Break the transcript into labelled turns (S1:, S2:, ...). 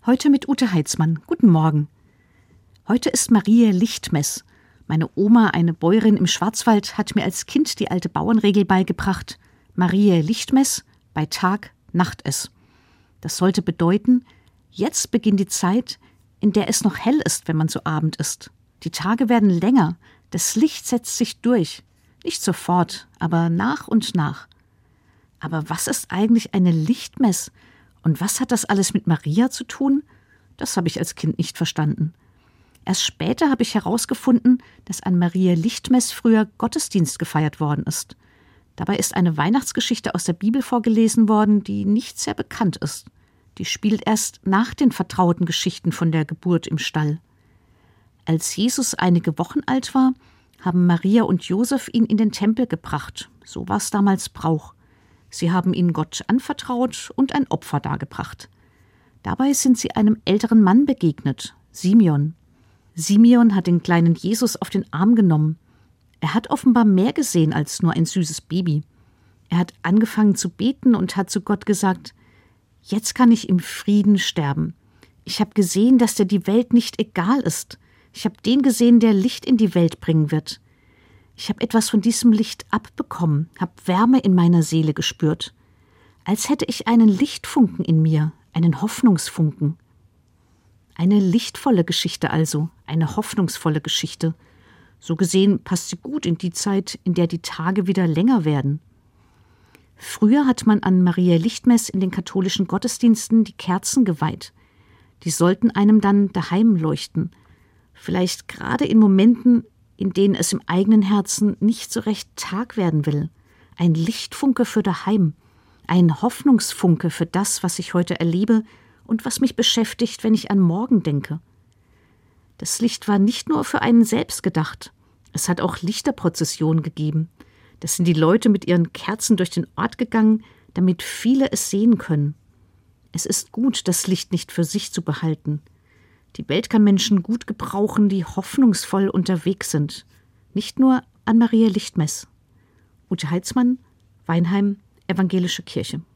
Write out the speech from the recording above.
S1: Heute mit Ute Heitzmann. Guten Morgen. Heute ist Mariä Lichtmess. Meine Oma, eine Bäuerin im Schwarzwald, hat mir als Kind die alte Bauernregel beigebracht: Mariä Lichtmess, bei Tag Nacht es. Das sollte bedeuten, jetzt beginnt die Zeit, in der es noch hell ist, wenn man zu Abend isst. Die Tage werden länger, das Licht setzt sich durch. Nicht sofort, aber nach und nach. Aber was ist eigentlich eine Lichtmess? Und was hat das alles mit Maria zu tun? Das habe ich als Kind nicht verstanden. Erst später habe ich herausgefunden, dass an Mariä Lichtmess früher Gottesdienst gefeiert worden ist. Dabei ist eine Weihnachtsgeschichte aus der Bibel vorgelesen worden, die nicht sehr bekannt ist. Die spielt erst nach den vertrauten Geschichten von der Geburt im Stall. Als Jesus einige Wochen alt war, haben Maria und Josef ihn in den Tempel gebracht. So war es damals Brauch. Sie haben ihn Gott anvertraut und ein Opfer dargebracht. Dabei sind sie einem älteren Mann begegnet, Simeon. Simeon hat den kleinen Jesus auf den Arm genommen. Er hat offenbar mehr gesehen als nur ein süßes Baby. Er hat angefangen zu beten und hat zu Gott gesagt: Jetzt kann ich im Frieden sterben. Ich habe gesehen, dass dir die Welt nicht egal ist. Ich habe den gesehen, der Licht in die Welt bringen wird. Ich habe etwas von diesem Licht abbekommen, habe Wärme in meiner Seele gespürt. Als hätte ich einen Lichtfunken in mir, einen Hoffnungsfunken. Eine lichtvolle Geschichte also, eine hoffnungsvolle Geschichte. So gesehen passt sie gut in die Zeit, in der die Tage wieder länger werden. Früher hat man an Mariä Lichtmess in den katholischen Gottesdiensten die Kerzen geweiht. Die sollten einem dann daheim leuchten. Vielleicht gerade in Momenten, in denen es im eigenen Herzen nicht so recht Tag werden will. Ein Lichtfunke für daheim, ein Hoffnungsfunke für das, was ich heute erlebe und was mich beschäftigt, wenn ich an morgen denke. Das Licht war nicht nur für einen selbst gedacht. Es hat auch Lichterprozessionen gegeben. Da sind die Leute mit ihren Kerzen durch den Ort gegangen, damit viele es sehen können. Es ist gut, das Licht nicht für sich zu behalten. Die Welt kann Menschen gut gebrauchen, die hoffnungsvoll unterwegs sind. Nicht nur an Mariä Lichtmess. Ute Heitzmann, Weinheim, Evangelische Kirche.